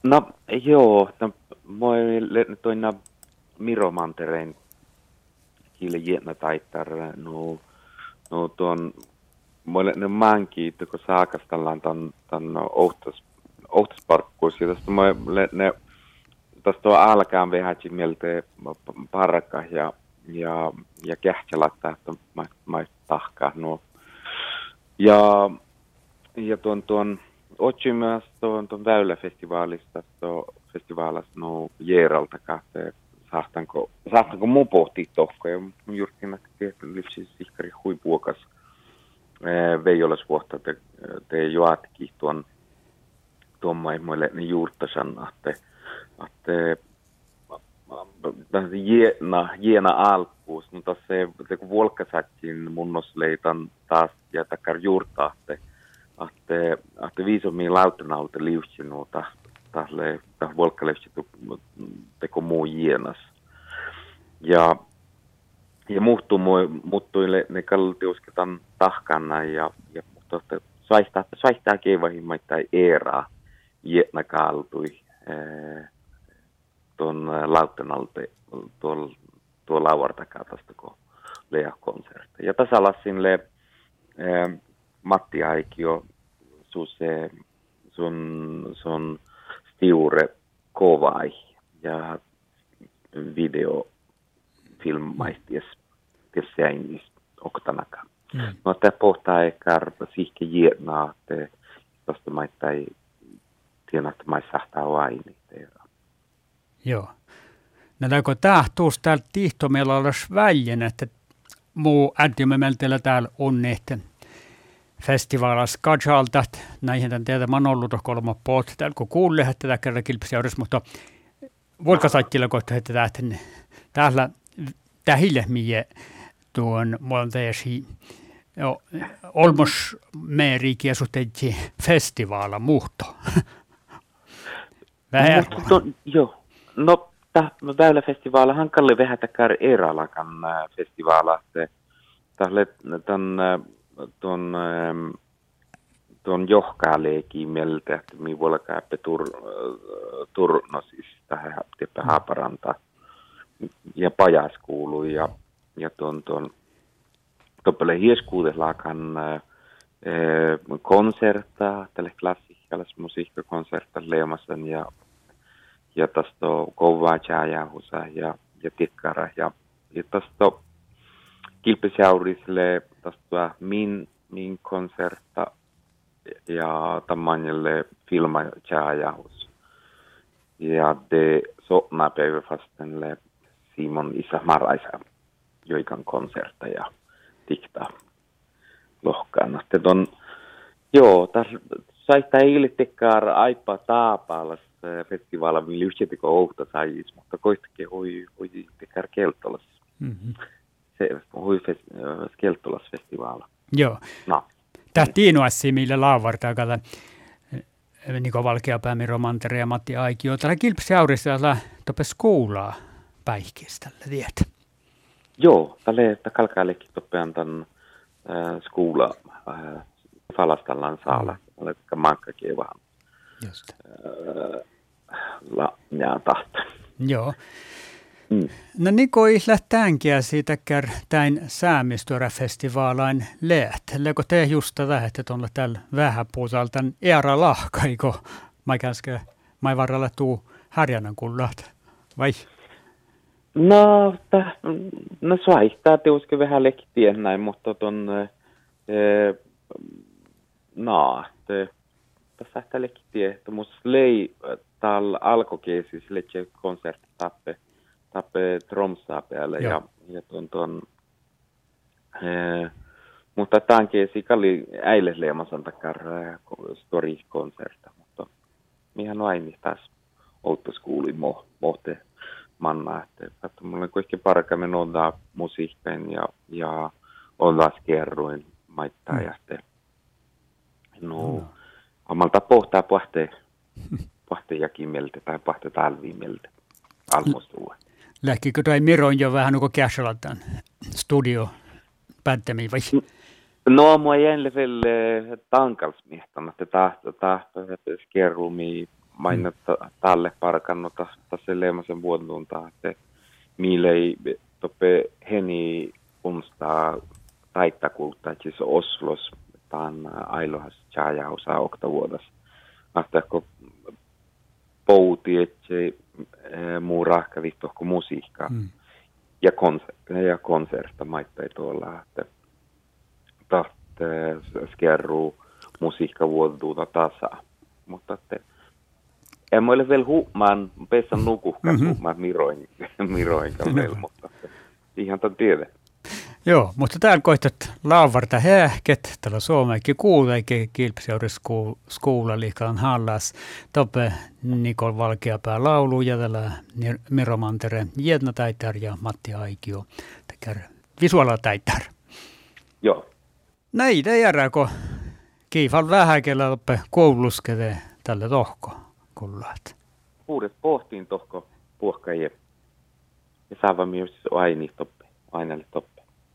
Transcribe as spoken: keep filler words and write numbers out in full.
No joo, no, moi toina Miro Mantereen kiille jätnä taittar, no, no tuon, mulle ne maankin, kun saakastellaan tämän, tämän ohtas, ohtasparkkuus, ja tästä mulle ne, tästä on alkaan vähän mieltä parkka ja, ja, ja kähtsälata, että mä, mä tahkaa, no. Ja, ja tuon, tuon, Otsin myös tuon, tuon Väyläfestivaalista, tuon festivaalista no Jeeralta kahteen, saastanko, saastanko mun pohtii tohko, ja mun juurikin että lypsi sihkari huipuokas veijolas vuotta te, te joatkin tuon tuon muille ne juurtasan, että että Jena, jena alkuus, mutta se, se kun vuolkasattiin munnosleitan taas ja takkar juurtaa, että Ahte, ahte viisommin lautenalta liussinuuta tälle vuolkkalevsitu teko muu jienas. Ja, ja muuttuu muuttuille ne kaltiusketan tahkana ja, ja mutta saistaa, saistaa keivahimmaittain eeraa jietna kaltui tuon lautenalta tuolla tuo lauartakaa tästä kun lea konsertti. Ja tässä lassinle Matti Aikio, se sun, sun stiure kovai ja videofilmaisties tietysti äinis oktanaka. Mm. No tämä pohtaa ehkä sihke jietnaa, että tuosta maittain tiedät, että sahtaa aini. Joo. No kun tahtuus täällä tihtomella olisi väljen, että muu ääntimemeltellä täällä on ehten festivaalas katsalta, näihin tämän teitä mä oon ollut kolma poot, täällä kun kuulee, että tämä kerran kilpisiäydessä, mutta vuolkasaittilla kohta, että täällä tämä hiljemmin tuon muolteesi olmos meerikin suhteetti festivaala muhto. Vähän. No, joo, no tämä Väyläfestivaala hankalle vähän takar Eeralakan festivaala, tälle tämän tuon tuon johkaaleekin mieltä, että mi voi olla tur turnosis tähän tippä Haaparanta ja Pajas kuuluu ja ja tuon tuon toppele hieskuudeslaakan konserta tälle klassikkalas musiikkakonserta Leomasen ja ja tästä kovaa jäähusa ja ja tikkara ja ja tästä kilpisjaurisille tästä min min konserta ja tammanjelle filma jäähus ja de sotna päiväfastenle Simon Isa Maraisa joikan konserta ja tikta lohkaan. Sitten joo, tässä saittaa iltekkaar aipa taapaalas festivaala, millä yhtätikö outa sais, mutta koistakin hui, hui tekkaar keltolas. Mm-hmm. Se hui keltolas festivaala. Joo. No. Tämä tiinoassi, millä laavartaa kata Niko Valkeapää, Miro Mantere ja Matti Aikio. Täällä kilpisiaurissa täällä topes kuulaa päihkeistä, tällä tiedät. Joo, tälle kalkaillekin topean tämän äh, skuula äh, falastallaan saala, mm. mankkakin vähän äh, la, ja tahto. Joo. Mm. No Niko isla tämänkin siitä kär tämän säämistöräfestivaalain leät. Leko te just tätä, että tuolla täällä vähän puhutaan tämän eara lahkaiko, mä käskö, mä varrella tuu härjänän kullat, vai? No, ta, no svaihtaa tietysti vähän lehtien näin, mutta ton, e, no, te, tässä ehkä lehtiä, että mun lei täällä alkokeisissä lehtiä konsertti tappe, tappe Tromsaa päälle ja, ja ton, ton, e, mutta tämän keisi kalli äille leemasan takar story-konserta, mutta mihän on aina taas outtas kuuli mo, mohte. Manna, että, että mulla on kuitenkin parkaamme olla musiikkaan ja, ja olla kerroin maittaa mm. ja sitten no, mm. omalta pohtaa pohteen pohteen jakin mieltä tai pohteen talviin mieltä almostuva. Lähkikö toi Miron jo vähän kuin käsälatan studio päättämiin vai? No, mua jäänle vielä tankalsmiehtana, että tahto, tahto, että kerrumi mainita mm. tälle parkannota tässä leemasen vuotuntaa, että miilei tope heni unstaa taittakulta, siis Oslos, tämän ailohas tjääjausaa oktavuodas. Ahtaa kun pouti, että muu rahkavi tohko musiikkaa. Mm. Ja, konser- ja konserta maittai tuolla, että tahte skerruu musiikka vuotuuta tasa. Mutta että en ole vielä huumaan, pesän nukuhkaan mm-hmm. huumaan miroin, miroinkaan vielä, mutta ihan tämän tiedä. Joo, mutta täällä koitat lauvarta hähket, täällä suomekin kuuleekin kilpseuriskuulla liikaan hallas. Tope Nikol Valkeapää laulu ja täällä Miro Mantere Jedna Taitar ja Matti Aikio tekee visuaala Taitar. Joo. Näin, ei järää, kun kiifan vähäkellä toppe kouluskete tälle tohko kullaat. Uudet pohtiin tohko puhkajia ja saava myös aini toppe, ainalle toppe.